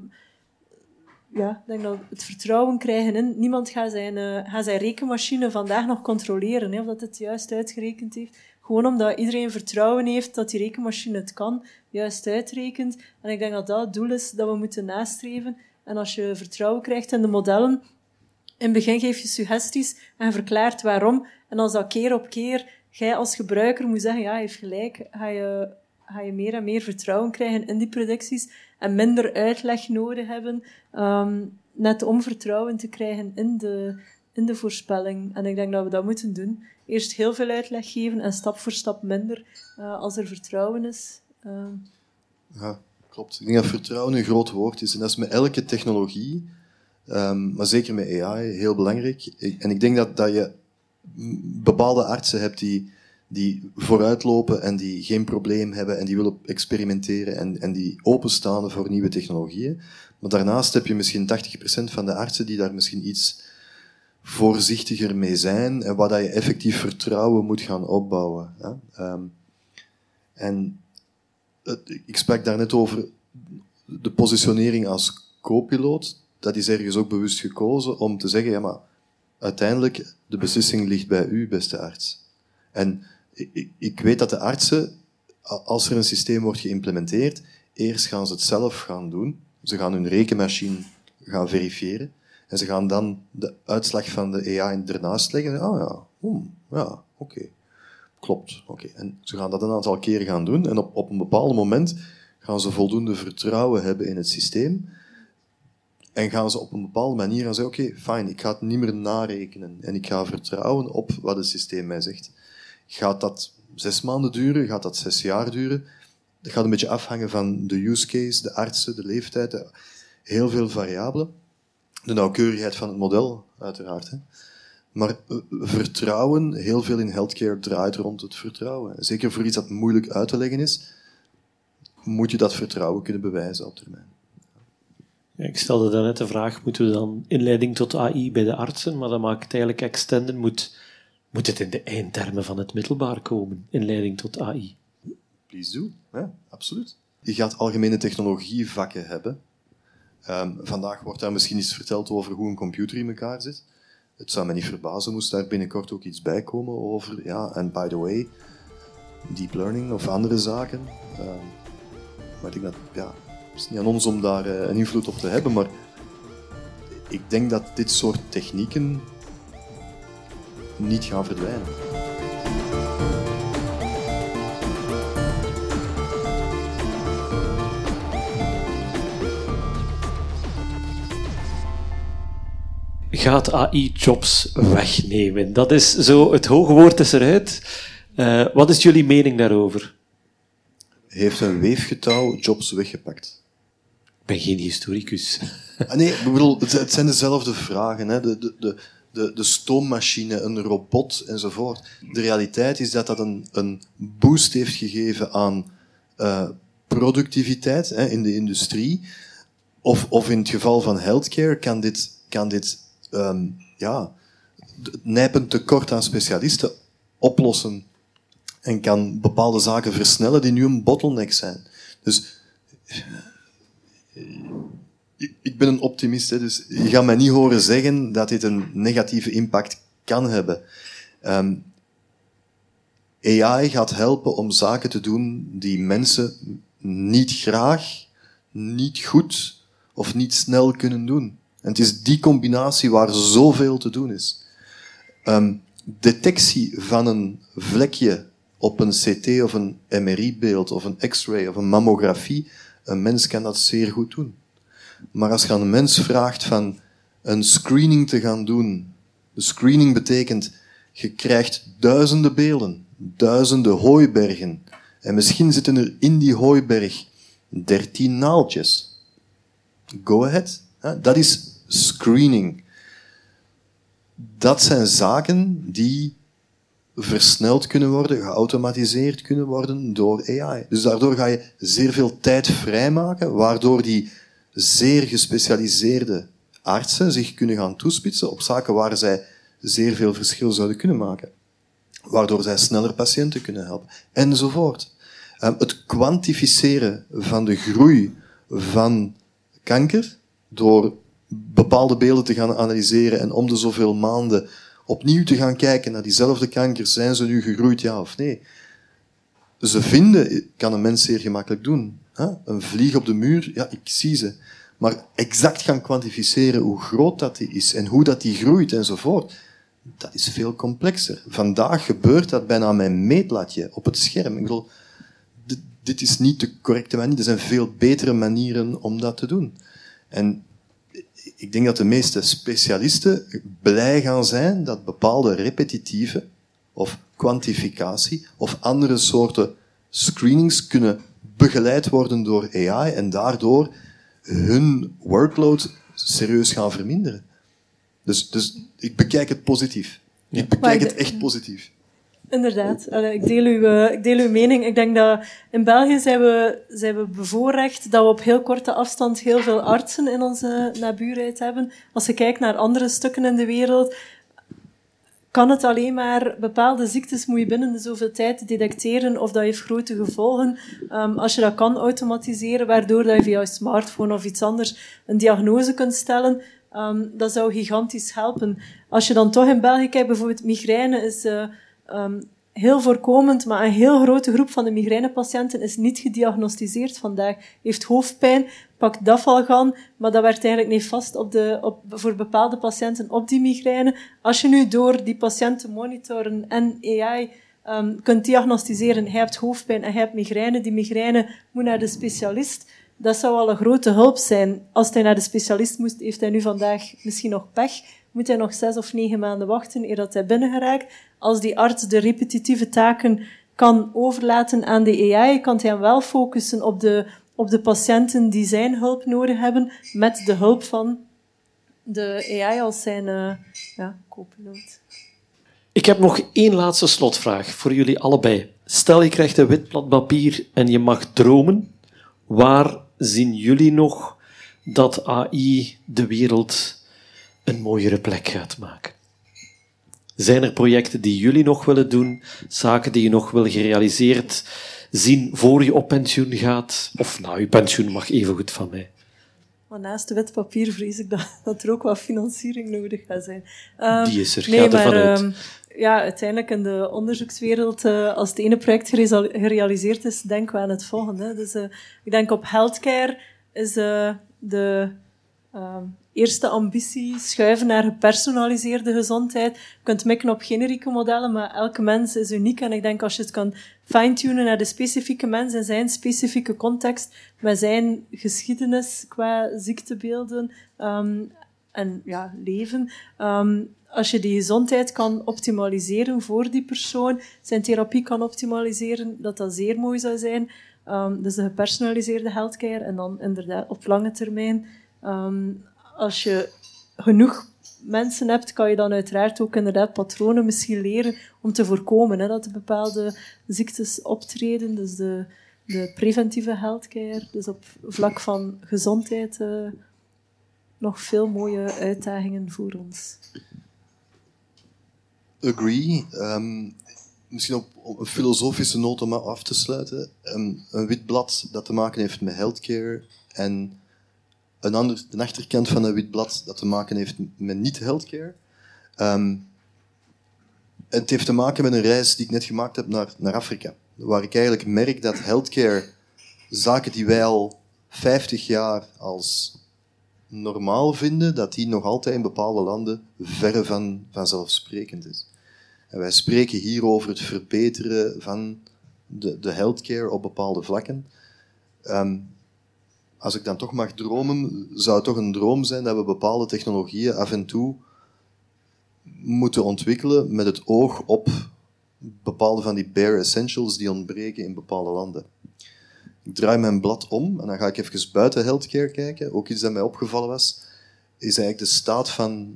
[SPEAKER 3] ik denk dat we het vertrouwen krijgen in... Niemand gaat zijn rekenmachine vandaag nog controleren, of dat het juist uitgerekend heeft. Gewoon omdat iedereen vertrouwen heeft dat die rekenmachine het kan, juist uitrekent. En ik denk dat dat het doel is dat we moeten nastreven. En als je vertrouwen krijgt in de modellen, in het begin geef je suggesties en je verklaart waarom. En als dat keer op keer, jij als gebruiker moet zeggen, ja, hij heeft gelijk, ga je meer en meer vertrouwen krijgen in die predicties en minder uitleg nodig hebben, net om vertrouwen te krijgen in de voorspelling. En ik denk dat we dat moeten doen. Eerst heel veel uitleg geven en stap voor stap minder, als er vertrouwen is.
[SPEAKER 1] Ja, klopt. Ik denk dat vertrouwen een groot woord is. En dat is met elke technologie, maar zeker met AI, heel belangrijk. En ik denk dat je bepaalde artsen hebt die vooruitlopen en die geen probleem hebben en die willen experimenteren en die openstaan voor nieuwe technologieën. Maar daarnaast heb je misschien 80% van de artsen die daar misschien iets voorzichtiger mee zijn en waar je effectief vertrouwen moet gaan opbouwen. Ja? Ik sprak daarnet over de positionering als co-piloot. Dat is ergens ook bewust gekozen om te zeggen, ja, maar uiteindelijk, de beslissing ligt bij u, beste arts. En ik weet dat de artsen, als er een systeem wordt geïmplementeerd, eerst gaan ze het zelf gaan doen. Ze gaan hun rekenmachine gaan verifiëren. En ze gaan dan de uitslag van de AI ernaast leggen. Ja, oké. Klopt, oké. En ze gaan dat een aantal keren gaan doen. En op een bepaald moment gaan ze voldoende vertrouwen hebben in het systeem. En gaan ze op een bepaalde manier gaan zeggen, oké, fijn, ik ga het niet meer narekenen. En ik ga vertrouwen op wat het systeem mij zegt. Gaat dat 6 maanden duren? Gaat dat 6 jaar duren? Dat gaat een beetje afhangen van de use case, de artsen, de leeftijd, heel veel variabelen. De nauwkeurigheid van het model, uiteraard. Hè. Maar vertrouwen, heel veel in healthcare draait rond het vertrouwen. Zeker voor iets dat moeilijk uit te leggen is, moet je dat vertrouwen kunnen bewijzen op termijn.
[SPEAKER 2] Ja, ik stelde daarnet de vraag, moeten we dan inleiding tot AI bij de artsen? Maar dan maak ik het eigenlijk extenden. Moet het in de eindtermen van het middelbaar komen, inleiding tot AI?
[SPEAKER 1] Please do, ja, absoluut. Je gaat algemene technologievakken hebben. Vandaag wordt daar misschien iets verteld over hoe een computer in elkaar zit. Het zou me niet verbazen moest daar binnenkort ook iets bij komen over, ja, en by the way, deep learning of andere zaken. Maar ik denk dat, ja, het is niet aan ons om daar een invloed op te hebben, maar ik denk dat dit soort technieken niet gaan verdwijnen.
[SPEAKER 2] Gaat AI jobs wegnemen? Dat is zo, het hoge woord is eruit. Wat is jullie mening daarover?
[SPEAKER 1] Heeft een weefgetouw jobs weggepakt?
[SPEAKER 2] Ik ben geen historicus.
[SPEAKER 1] Nee, ik bedoel, het zijn dezelfde vragen. Hè. De stoommachine, een robot enzovoort. De realiteit is dat dat een boost heeft gegeven aan productiviteit hè, in de industrie. Of in het geval van healthcare kan dit het nijpend tekort aan specialisten oplossen en kan bepaalde zaken versnellen die nu een bottleneck zijn. Dus ik ben een optimist, hè, dus je gaat mij niet horen zeggen dat dit een negatieve impact kan hebben. AI gaat helpen om zaken te doen die mensen niet graag, niet goed of niet snel kunnen doen. En het is die combinatie waar zoveel te doen is. Detectie van een vlekje op een CT of een MRI-beeld of een X-ray of een mammografie. Een mens kan dat zeer goed doen. Maar als je aan een mens vraagt van een screening te gaan doen, de screening betekent, je krijgt duizenden beelden, duizenden hooibergen, en misschien zitten er in die hooiberg 13 naaldjes. Go ahead. Dat is screening. Dat zijn zaken die versneld kunnen worden, geautomatiseerd kunnen worden door AI. Dus daardoor ga je zeer veel tijd vrijmaken, waardoor die zeer gespecialiseerde artsen zich kunnen gaan toespitsen op zaken waar zij zeer veel verschil zouden kunnen maken. Waardoor zij sneller patiënten kunnen helpen. Enzovoort. Het kwantificeren van de groei van kanker door bepaalde beelden te gaan analyseren en om de zoveel maanden opnieuw te gaan kijken naar diezelfde kankers. Zijn ze nu gegroeid, ja of nee? Ze vinden kan een mens zeer gemakkelijk doen. Een vlieg op de muur, ja, ik zie ze. Maar exact gaan kwantificeren hoe groot dat die is en hoe dat die groeit enzovoort, dat is veel complexer. Vandaag gebeurt dat bijna met een meetlatje op het scherm. Ik bedoel, dit is niet de correcte manier. Er zijn veel betere manieren om dat te doen. En ik denk dat de meeste specialisten blij gaan zijn dat bepaalde repetitieve of kwantificatie of andere soorten screenings kunnen begeleid worden door AI en daardoor hun workload serieus gaan verminderen. Dus ik bekijk het positief. Ja. Ik bekijk het echt positief.
[SPEAKER 3] Inderdaad. Ik deel uw mening. Ik denk dat in België zijn we bevoorrecht dat we op heel korte afstand heel veel artsen in onze nabuurheid hebben. Als je kijkt naar andere stukken in de wereld, kan het alleen maar bepaalde ziektes moet je binnen de zoveel tijd detecteren of dat heeft grote gevolgen. Als je dat kan automatiseren, waardoor dat je via je smartphone of iets anders een diagnose kunt stellen, dat zou gigantisch helpen. Als je dan toch in België kijkt, bijvoorbeeld migraine is heel voorkomend, maar een heel grote groep van de migrainepatiënten is niet gediagnosticeerd vandaag. Heeft hoofdpijn, pakt Dafalgan, maar dat werkt eigenlijk niet vast voor bepaalde patiënten op die migraine. Als je nu door die patiënt te monitoren en AI kunt diagnosticeren, hij hebt hoofdpijn en hij hebt migraine, die migraine moet naar de specialist, dat zou al een grote hulp zijn. Als hij naar de specialist moest, heeft hij nu vandaag misschien nog pech, moet hij nog 6 of 9 maanden wachten eer dat hij binnen geraakt. Als die arts de repetitieve taken kan overlaten aan de AI, kan hij hem wel focussen op de patiënten die zijn hulp nodig hebben, met de hulp van de AI als zijn co-piloot.
[SPEAKER 2] Ik heb nog 1 laatste slotvraag voor jullie allebei. Stel, je krijgt een wit blad papier en je mag dromen. Waar zien jullie nog dat AI de wereld een mooiere plek gaat maken? Zijn er projecten die jullie nog willen doen? Zaken die je nog wil gerealiseerd zien voor je op pensioen gaat? Of je pensioen mag evengoed van mij.
[SPEAKER 3] Maar naast wit papier vrees ik dat er ook wat financiering nodig gaat zijn.
[SPEAKER 2] Die is er, gaat ervan uit.
[SPEAKER 3] Uiteindelijk in de onderzoekswereld, als het ene project gerealiseerd is, denken we aan het volgende. Dus ik denk op healthcare is de eerste ambitie schuiven naar gepersonaliseerde gezondheid. Je kunt mikken op generieke modellen, maar elke mens is uniek. En ik denk als je het kan fine-tunen naar de specifieke mens in zijn specifieke context, met zijn geschiedenis qua ziektebeelden en leven, als je die gezondheid kan optimaliseren voor die persoon, zijn therapie kan optimaliseren, dat zeer mooi zou zijn. Dus de gepersonaliseerde healthcare en dan inderdaad op lange termijn. Als je genoeg mensen hebt, kan je dan uiteraard ook inderdaad patronen misschien leren om te voorkomen dat er bepaalde ziektes optreden. Dus de preventieve healthcare, dus op vlak van gezondheid nog veel mooie uitdagingen voor ons.
[SPEAKER 1] Agree. Misschien op een filosofische noot om af te sluiten. Een wit blad dat te maken heeft met healthcare en de achterkant van een wit blad dat te maken heeft met niet-healthcare. Het heeft te maken met een reis die ik net gemaakt heb naar Afrika. Waar ik eigenlijk merk dat healthcare, zaken die wij al 50 jaar als normaal vinden, dat die nog altijd in bepaalde landen verre van vanzelfsprekend is. En wij spreken hier over het verbeteren van de healthcare op bepaalde vlakken. Als ik dan toch mag dromen, zou het toch een droom zijn dat we bepaalde technologieën af en toe moeten ontwikkelen met het oog op bepaalde van die bare essentials die ontbreken in bepaalde landen. Ik draai mijn blad om en dan ga ik even buiten healthcare kijken. Ook iets dat mij opgevallen was, is eigenlijk de staat van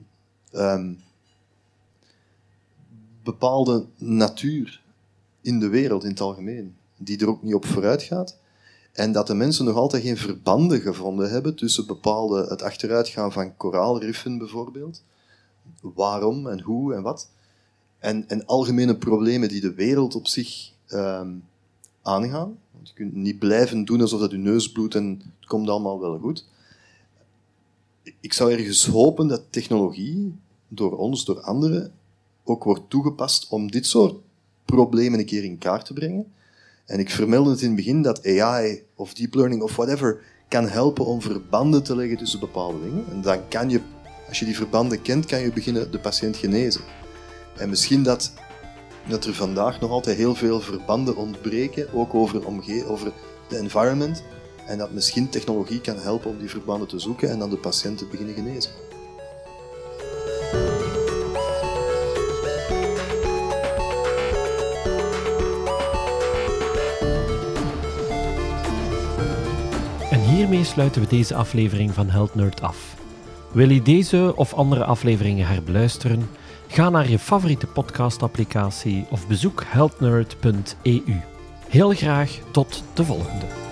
[SPEAKER 1] bepaalde natuur in de wereld in het algemeen, die er ook niet op vooruit gaat. En dat de mensen nog altijd geen verbanden gevonden hebben tussen het achteruitgaan van koraalriffen bijvoorbeeld. Waarom en hoe en wat. En algemene problemen die de wereld op zich aangaan. Want je kunt niet blijven doen alsof dat je neus bloedt en het komt allemaal wel goed. Ik zou ergens hopen dat technologie door ons, door anderen, ook wordt toegepast om dit soort problemen een keer in kaart te brengen. En ik vermeldde het in het begin dat AI of deep learning of whatever kan helpen om verbanden te leggen tussen bepaalde dingen. En dan kan je, als je die verbanden kent, kan je beginnen de patiënt genezen. En misschien dat er vandaag nog altijd heel veel verbanden ontbreken, ook over de environment. En dat misschien technologie kan helpen om die verbanden te zoeken en dan de patiënt te beginnen genezen.
[SPEAKER 2] Hiermee sluiten we deze aflevering van Health Nerd af. Wil je deze of andere afleveringen herbeluisteren? Ga naar je favoriete podcastapplicatie of bezoek healthnerd.eu. Heel graag tot de volgende.